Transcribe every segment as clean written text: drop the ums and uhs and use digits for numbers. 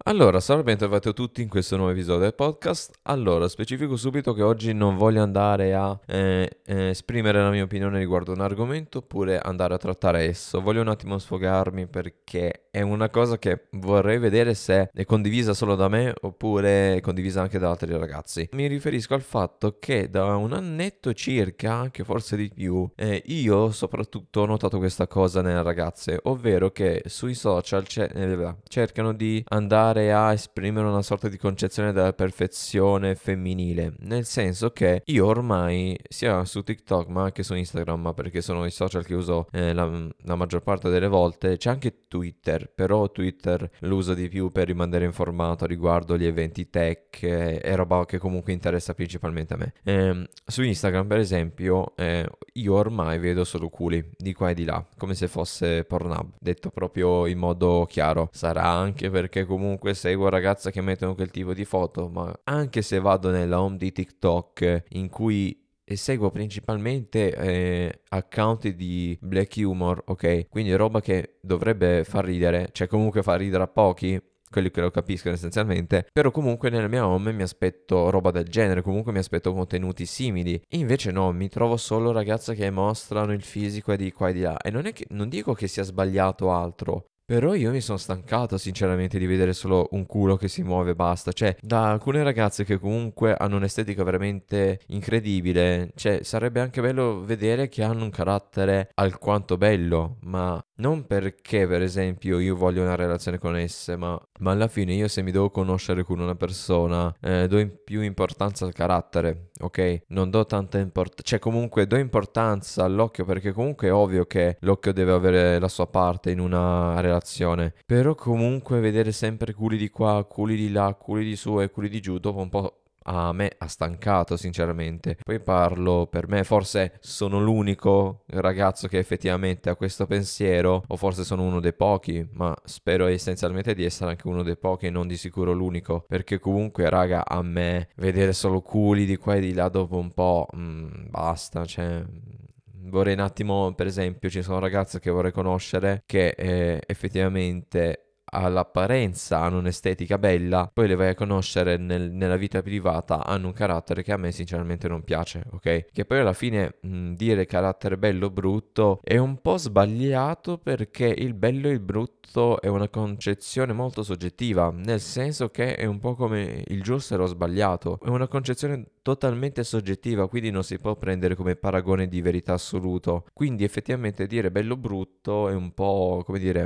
Allora, salve, bentrovati a tutti in questo nuovo episodio del podcast. Allora, specifico subito che oggi non voglio andare a esprimere la mia opinione riguardo un argomento oppure andare a trattare esso. Voglio un attimo sfogarmi perché è una cosa che vorrei vedere se è condivisa solo da me oppure è condivisa anche da altri ragazzi. Mi riferisco al fatto che da un annetto circa, anche forse di più, io soprattutto ho notato questa cosa nelle ragazze, ovvero che sui social cercano di andare a esprimere una sorta di concezione della perfezione femminile, nel senso che io ormai sia su TikTok ma anche su Instagram, ma perché sono i social che uso la maggior parte delle volte, c'è anche Twitter, però Twitter lo uso di più per rimanere informato riguardo gli eventi tech e roba che comunque interessa principalmente a me. Su Instagram per esempio io ormai vedo solo culi di qua e di là, come se fosse Pornhub, detto proprio in modo chiaro. Sarà anche perché comunque seguo ragazze che mettono quel tipo di foto, ma anche se vado nella home di TikTok in cui seguo principalmente account di black humor, ok? Quindi roba che dovrebbe far ridere, cioè comunque fa ridere a pochi, quelli che lo capiscono essenzialmente, però comunque nella mia home mi aspetto roba del genere, comunque mi aspetto contenuti simili. E invece no, mi trovo solo ragazze che mostrano il fisico e di qua e di là. E non dico che sia sbagliato altro. Però io mi sono stancato sinceramente di vedere solo un culo che si muove e basta. Cioè, da alcune ragazze che comunque hanno un'estetica veramente incredibile, cioè, sarebbe anche bello vedere che hanno un carattere alquanto bello, ma non perché, per esempio, io voglio una relazione con esse, ma alla fine io se mi devo conoscere con una persona, do più importanza al carattere, ok? Non do tanta importanza, cioè comunque do importanza all'occhio perché comunque è ovvio che l'occhio deve avere la sua parte in una relazione, però comunque vedere sempre culi di qua, culi di là, culi di su e culi di giù, dopo un po' a me ha stancato sinceramente. Poi parlo per me, forse sono l'unico ragazzo che effettivamente ha questo pensiero, o forse sono uno dei pochi, ma spero essenzialmente di essere anche uno dei pochi e non di sicuro l'unico, perché comunque raga a me vedere solo culi di qua e di là dopo un po' basta, cioè vorrei un attimo, per esempio, ci sono ragazze che vorrei conoscere che effettivamente all'apparenza hanno un'estetica bella, poi le vai a conoscere nella vita privata, hanno un carattere che a me sinceramente non piace, ok? Che poi alla fine dire carattere bello o brutto è un po' sbagliato perché il bello e il brutto è una concezione molto soggettiva, nel senso che è un po' come il giusto e lo sbagliato, è una concezione totalmente soggettiva, quindi non si può prendere come paragone di verità assoluto. Quindi effettivamente dire bello o brutto è un po', come dire,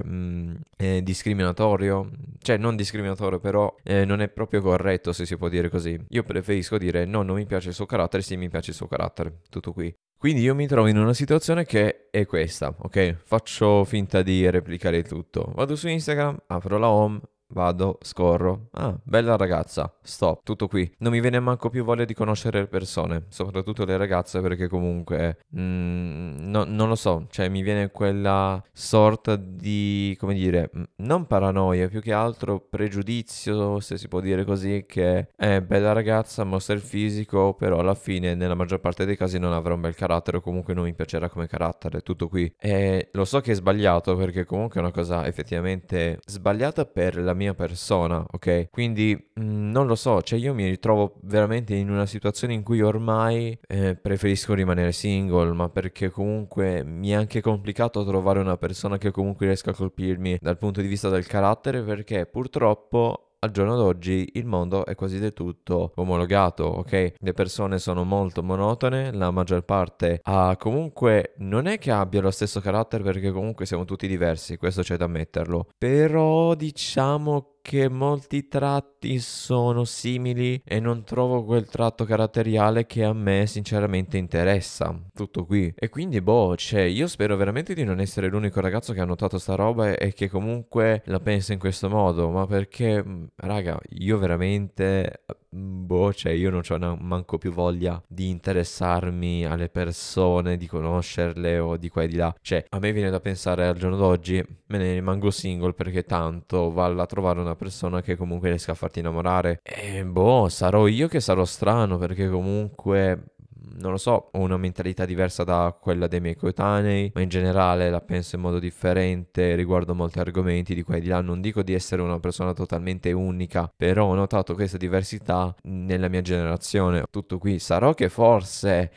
discriminatorio. Cioè non discriminatorio, però non è proprio corretto se si può dire così. Io preferisco dire no, non mi piace il suo carattere, sì, mi piace il suo carattere. Tutto qui. Quindi io mi trovo in una situazione che è questa, ok? Faccio finta di replicare tutto. Vado su Instagram, apro la home, vado, scorro. Ah, bella ragazza. Stop, tutto qui. Non mi viene manco più voglia di conoscere le persone, soprattutto le ragazze, perché comunque non lo so, cioè mi viene quella sorta di, come dire, non paranoia, più che altro pregiudizio, se si può dire così, che è bella ragazza, mostra il fisico, però alla fine nella maggior parte dei casi non avrà un bel carattere o comunque non mi piacerà come carattere, tutto qui. E lo so che è sbagliato perché comunque è una cosa effettivamente sbagliata per la mia persona, ok? Quindi non lo so, cioè io mi ritrovo veramente in una situazione in cui ormai preferisco rimanere single, ma perché comunque mi è anche complicato trovare una persona che comunque riesca a colpirmi dal punto di vista del carattere, perché purtroppo al giorno d'oggi il mondo è quasi del tutto omologato, ok? Le persone sono molto monotone, la maggior parte ha comunque non è che abbia lo stesso carattere perché comunque siamo tutti diversi, questo c'è da ammetterlo, però diciamo che molti tratti sono simili e non trovo quel tratto caratteriale che a me sinceramente interessa. Tutto qui. E quindi boh, cioè io spero veramente di non essere l'unico ragazzo che ha notato sta roba e che comunque la pensa in questo modo, ma perché raga, io veramente boh, cioè io non ho manco più voglia di interessarmi alle persone, di conoscerle o di qua e di là. Cioè, a me viene da pensare al giorno d'oggi, me ne rimango single perché tanto valla a trovare una persona che comunque riesca a farti innamorare. E boh, sarò io che sarò strano perché comunque non lo so, ho una mentalità diversa da quella dei miei coetanei, ma in generale la penso in modo differente riguardo molti argomenti di qua e di là. Non dico di essere una persona totalmente unica, però ho notato questa diversità nella mia generazione. Tutto qui. Sarò che forse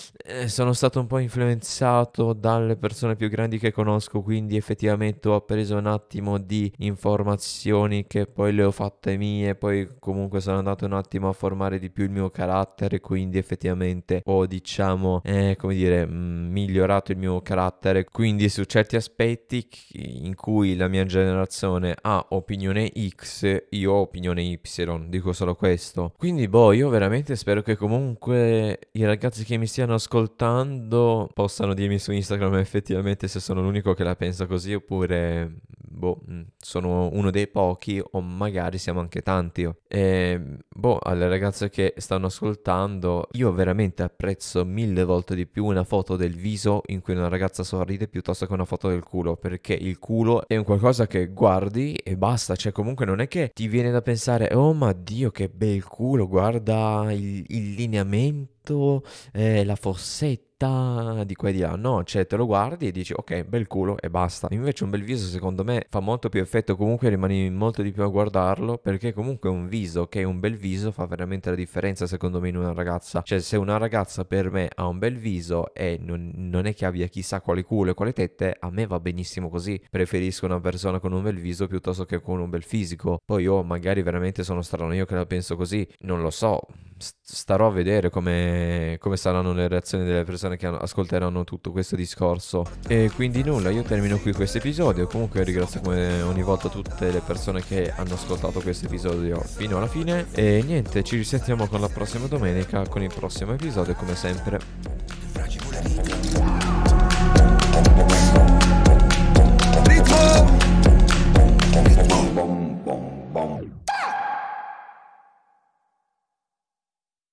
sono stato un po' influenzato dalle persone più grandi che conosco, quindi effettivamente ho preso un attimo di informazioni che poi le ho fatte mie, poi comunque sono andato un attimo a formare di più il mio carattere, quindi effettivamente ho, diciamo, come dire, migliorato il mio carattere, quindi su certi aspetti in cui la mia generazione ha opinione X, io ho opinione Y, dico solo questo. Quindi boh, io veramente spero che comunque i ragazzi che mi stiano ascoltando possano dirmi su Instagram effettivamente se sono l'unico che la pensa così, oppure boh, sono uno dei pochi, o magari siamo anche tanti. E boh, alle ragazze che stanno ascoltando, io veramente apprezzo 1000 volte di più una foto del viso in cui una ragazza sorride piuttosto che una foto del culo, perché il culo è un qualcosa che guardi e basta. Cioè comunque non è che ti viene da pensare, oh ma Dio che bel culo, guarda il lineamento, la fossetta di qua e di là. No, cioè te lo guardi e dici ok, bel culo e basta. Invece un bel viso secondo me fa molto più effetto, comunque rimani molto di più a guardarlo, perché comunque un viso che è un bel viso fa veramente la differenza secondo me in una ragazza. Cioè se una ragazza per me ha un bel viso e non è che abbia chissà quale culo e quale tette, a me va benissimo così. Preferisco una persona con un bel viso piuttosto che con un bel fisico. Poi io magari veramente sono strano io che la penso così, non lo so. Starò a vedere come saranno le reazioni delle persone che ascolteranno tutto questo discorso. E quindi nulla, io termino qui questo episodio. Comunque ringrazio come ogni volta tutte le persone che hanno ascoltato questo episodio fino alla fine. E niente, ci risentiamo con la prossima domenica con il prossimo episodio come sempre.